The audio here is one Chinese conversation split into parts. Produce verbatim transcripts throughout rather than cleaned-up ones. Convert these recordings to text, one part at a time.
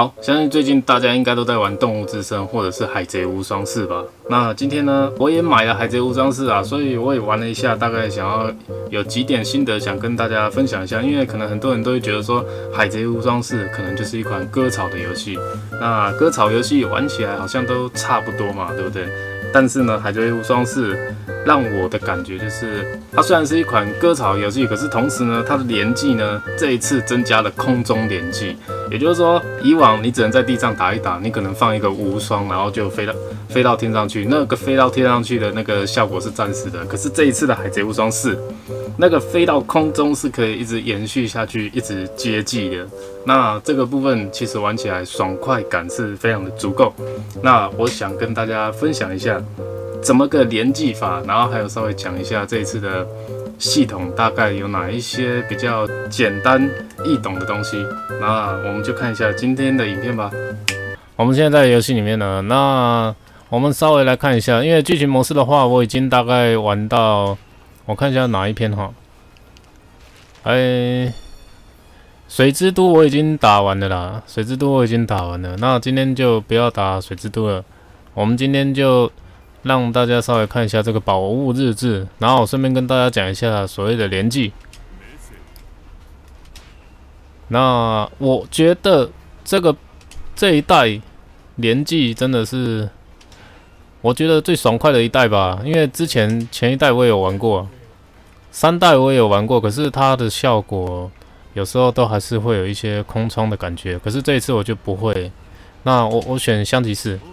好，相信最近大家应该都在玩《动物之声》或者是《海贼无双四》吧？那今天呢，我也买了《海贼无双四》啊，所以我也玩了一下，大概想要有几点心得想跟大家分享一下。因为可能很多人都会觉得说，《海贼无双四》可能就是一款割草的游戏。那割草游戏玩起来好像都差不多嘛，对不对？但是呢，《海贼无双四》让我的感觉就是，它虽然是一款割草游戏，可是同时呢，它的连技呢，这一次增加了空中连技。也就是说，以往你只能在地上打一打，你可能放一个无双，然后就飞到飞到天上去，那个飞到天上去的那个效果是暂时的。可是这一次的《海贼无双四》，那个飞到空中是可以一直延续下去，一直接技的。那这个部分其实玩起来爽快感是非常的足够。那我想跟大家分享一下怎么个连技法，然后还有稍微讲一下这一次的系统大概有哪一些比较简单易懂的东西。那我们就看一下今天的影片吧。我们现在在游戏里面呢，那我们稍微来看一下，因为剧情模式的话，我已经大概玩到，我看一下哪一篇哈。哎，水之都我已经打完了啦，水之都我已经打完了。那今天就不要打水之都了，我们今天就让大家稍微看一下这个宝物日志，然后我顺便跟大家讲一下所谓的连技。那我觉得这个这一代连技真的是，我觉得最爽快的一代吧。因为之前前一代我也有玩过，三代我也有玩过，可是它的效果有时候都还是会有一些空窗的感觉。可是这一次我就不会。那我我选香吉士。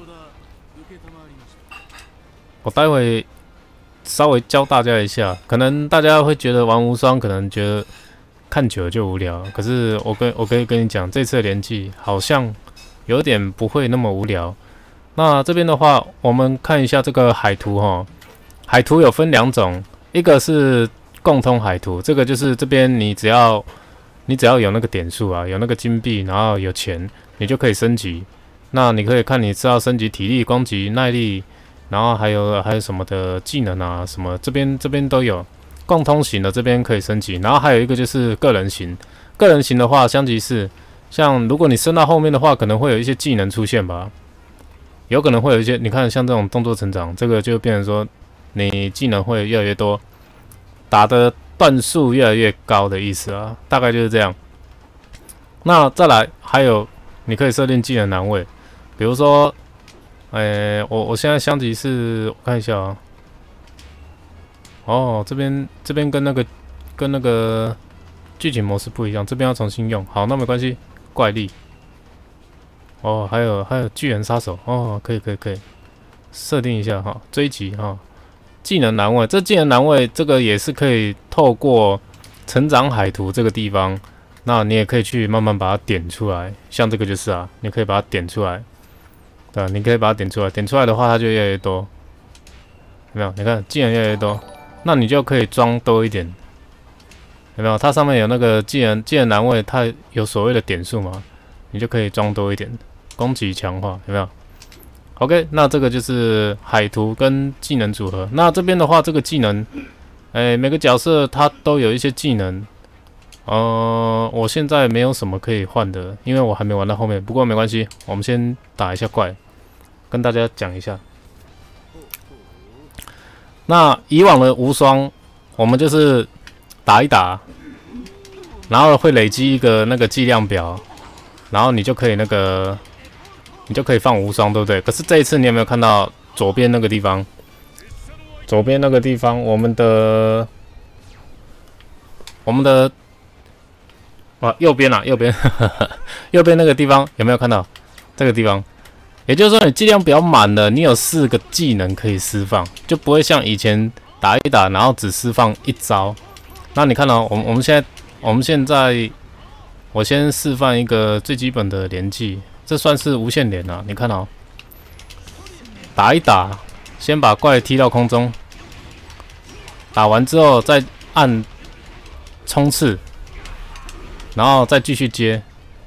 我待会稍微教大家一下，可能大家会觉得玩无双，可能觉得看久了就无聊。可是我跟我可以跟你讲，这次的连技好像有点不会那么无聊。那这边的话，我们看一下这个海图哈。海图有分两种，一个是共通海图，这个就是这边你只要你只要有那个点数啊，有那个金币，然后有钱，你就可以升级。那你可以看你是要升级体力、攻击、耐力。然后还有还有什么的技能啊，什么这边这边都有，共通型的这边可以升级，然后还有一个就是个人型，个人型的话，香吉士，像如果你升到后面的话，可能会有一些技能出现吧，有可能会有一些，你看像这种动作成长，这个就变成说你技能会越来越多，打的段数越来越高的意思啊，大概就是这样。那再来还有你可以设定技能栏位，比如说。诶、欸，我我现在香吉士，我看一下啊。哦，这边这边跟那个跟那个剧情模式不一样，这边要重新用。好，那没关系。怪力。哦，还有还有巨人杀手。哦，可以可以可以，设定一下哈，追击哈。技能栏位，这技能栏位这个也是可以透过成长海图这个地方，那你也可以去慢慢把它点出来。像这个就是啊，你可以把它点出来。对，你可以把它点出来，点出来的话，它就越来越多，有没有？你看技能越来越多，那你就可以装多一点，有没有？它上面有那个技能技能栏位，它有所谓的点数嘛，你就可以装多一点，攻击强化，有没有 ？OK， 那这个就是海图跟技能组合。那这边的话，这个技能，哎，每个角色它都有一些技能。呃，我现在没有什么可以换的，因为我还没玩到后面。不过没关系，我们先打一下怪，跟大家讲一下。那以往的无双，我们就是打一打，然后会累积一个那个计量表，然后你就可以那个，你就可以放无双，对不对？可是这一次你有没有看到左边那个地方？左边那个地方，我们的，我们的。啊，右边啊，右边，右边那个地方有没有看到？这个地方，也就是说你剂量比较满了，你有四个技能可以释放，就不会像以前打一打，然后只释放一招。那你看哦，我们我们现在我们现在，我先示范一个最基本的连技，这算是无限连啊。你看哦，打一打，先把怪踢到空中，打完之后再按冲刺。然后再继续接，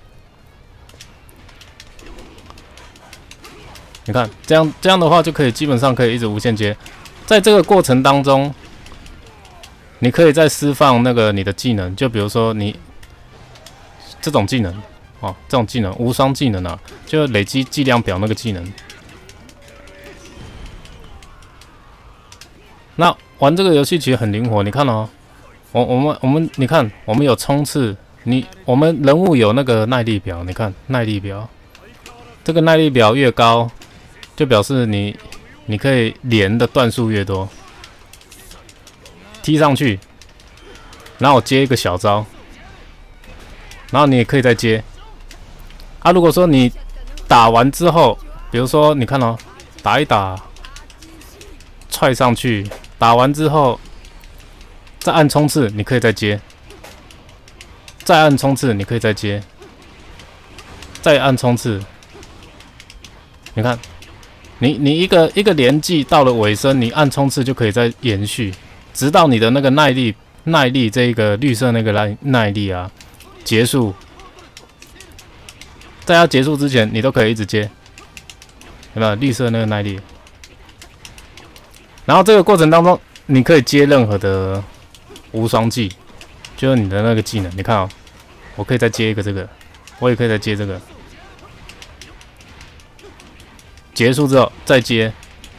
你看这样这样的话就可以基本上可以一直无限接。在这个过程当中，你可以再释放那个你的技能，就比如说你这种技能， 哦，这种技能无双技能啊，就累积剂量表那个技能。那玩这个游戏其实很灵活，你看哦，我我们我们你看，我们有冲刺，你我们人物有那个耐力表，你看耐力表，这个耐力表越高，就表示你你可以连的段数越多，踢上去，然后我接一个小招，然后你也可以再接。啊，如果说你打完之后，比如说你看哦，打一打，踹上去，打完之后再按冲刺，你可以再接，再按冲刺，你可以再接，再按冲刺。你看，你你一个一个连技到了尾声，你按冲刺就可以再延续，直到你的那个耐力耐力这一个绿色那个耐耐力啊结束。在它结束之前，你都可以一直接，有没有绿色那个耐力？然后这个过程当中，你可以接任何的无双技，就是你的那个技能。你看哦，我可以再接一个这个，我也可以再接这个。结束之后再接，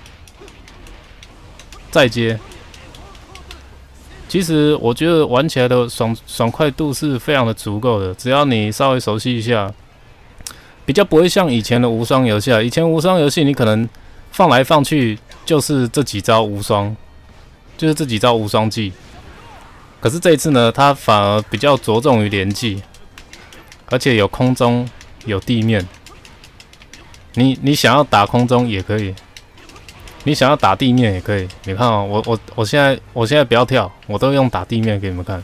再接。其实我觉得玩起来的爽爽快度是非常的足够的，只要你稍微熟悉一下。比较不会像以前的无双游戏啊，以前无双游戏你可能放来放去就是这几招无双，就是这几招无双技。可是这一次呢，它反而比较着重于连技，而且有空中有地面。你你想要打空中也可以，你想要打地面也可以。你看哦，我我我现在我现在不要跳，我都用打地面给你们看。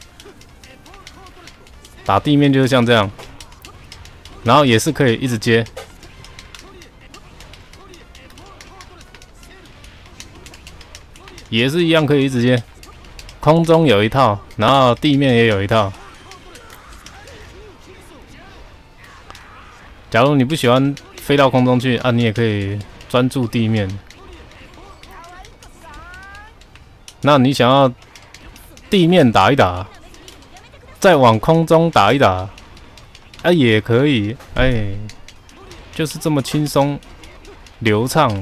打地面就是像这样。然后也是可以一直接，也是一样可以一直接。空中有一套，然后地面也有一套。假如你不喜欢飞到空中去啊，你也可以专注地面。那你想要地面打一打，再往空中打一打。啊，也可以，哎，就是这么轻松流畅。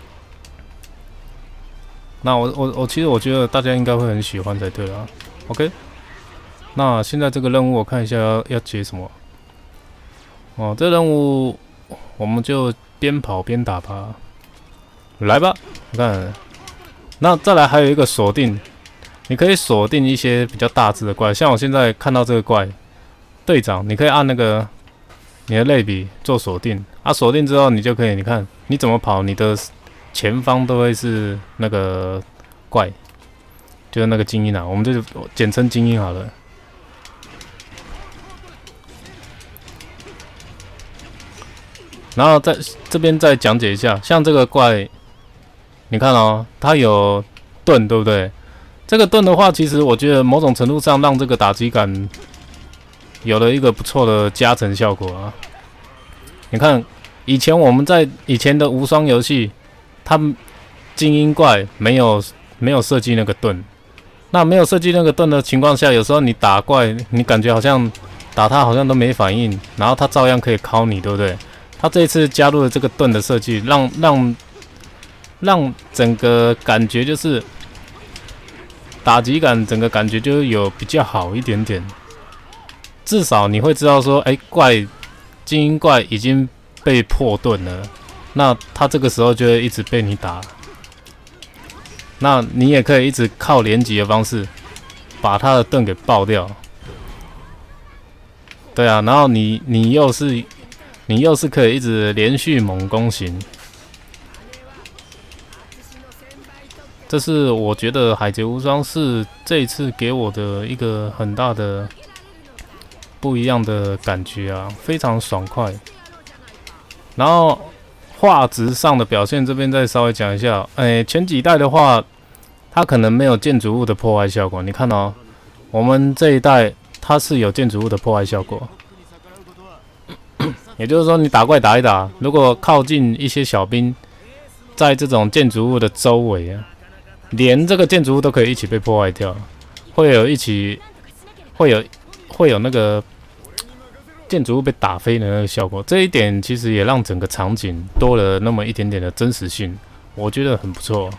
那我我我其实我觉得大家应该会很喜欢才对啦。OK， 那现在这个任务我看一下要要解什么。哦，这任务我们就边跑边打吧。来吧，你看，那再来还有一个锁定，你可以锁定一些比较大只的怪，像我现在看到这个怪。队长，你可以按那个你的类比做锁定啊，锁定之后你就可以，你看你怎么跑，你的前方都会是那个怪，就是那个精英啊，我们就简称精英好了。然后在这边再讲解一下，像这个怪，你看哦，它有盾，对不对？这个盾的话，其实我觉得某种程度上让这个打击感。有了一个不错的加成效果啊！你看，以前我们在以前的无双游戏，他们精英怪没有没有设计那个盾，那没有设计那个盾的情况下，有时候你打怪，你感觉好像打他好像都没反应，然后他照样可以敲你，对不对？他这一次加入了这个盾的设计，让让让整个感觉就是打击感，整个感觉就有比较好一点点。至少你会知道说，哎、欸，怪精英怪已经被破盾了，那他这个时候就会一直被你打。那你也可以一直靠连击的方式把他的盾给爆掉。对啊，然后你你又是你又是可以一直连续猛攻型。这是我觉得《海贼无双四》这一次给我的一个很大的。不一样的感觉啊，非常爽快。然后画质上的表现，这边再稍微讲一下。哎，前几代的话，它可能没有建筑物的破坏效果。你看哦，我们这一代它是有建筑物的破坏效果。也就是说，你打怪打一打，如果靠近一些小兵，在这种建筑物的周围啊，连这个建筑物都可以一起被破坏掉，会有一起会有。会有那个建筑物被打飞的那个效果，这一点其实也让整个场景多了那么一点点的真实性，我觉得很不错。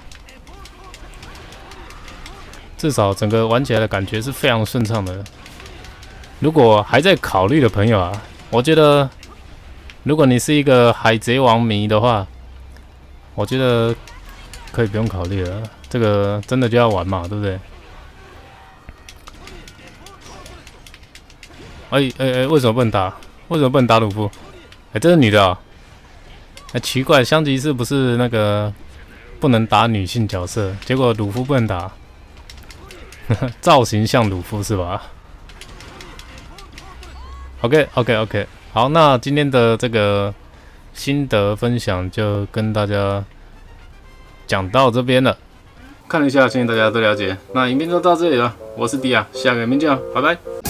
至少整个玩起来的感觉是非常顺畅的。如果还在考虑的朋友啊，我觉得如果你是一个海贼王迷的话，我觉得可以不用考虑了，这个真的就要玩嘛，对不对？哎哎哎，为什么不能打？为什么不能打鲁夫？哎，这是女的啊、哦！哎，奇怪，香吉士不是那个不能打女性角色，结果鲁夫不能打，造型像鲁夫是吧 ？OK OK OK， 好，那今天的这个心得分享就跟大家讲到这边了。看了一下，相信大家都了解。那影片就到这里了，我是迪亚，下个影片见，拜拜。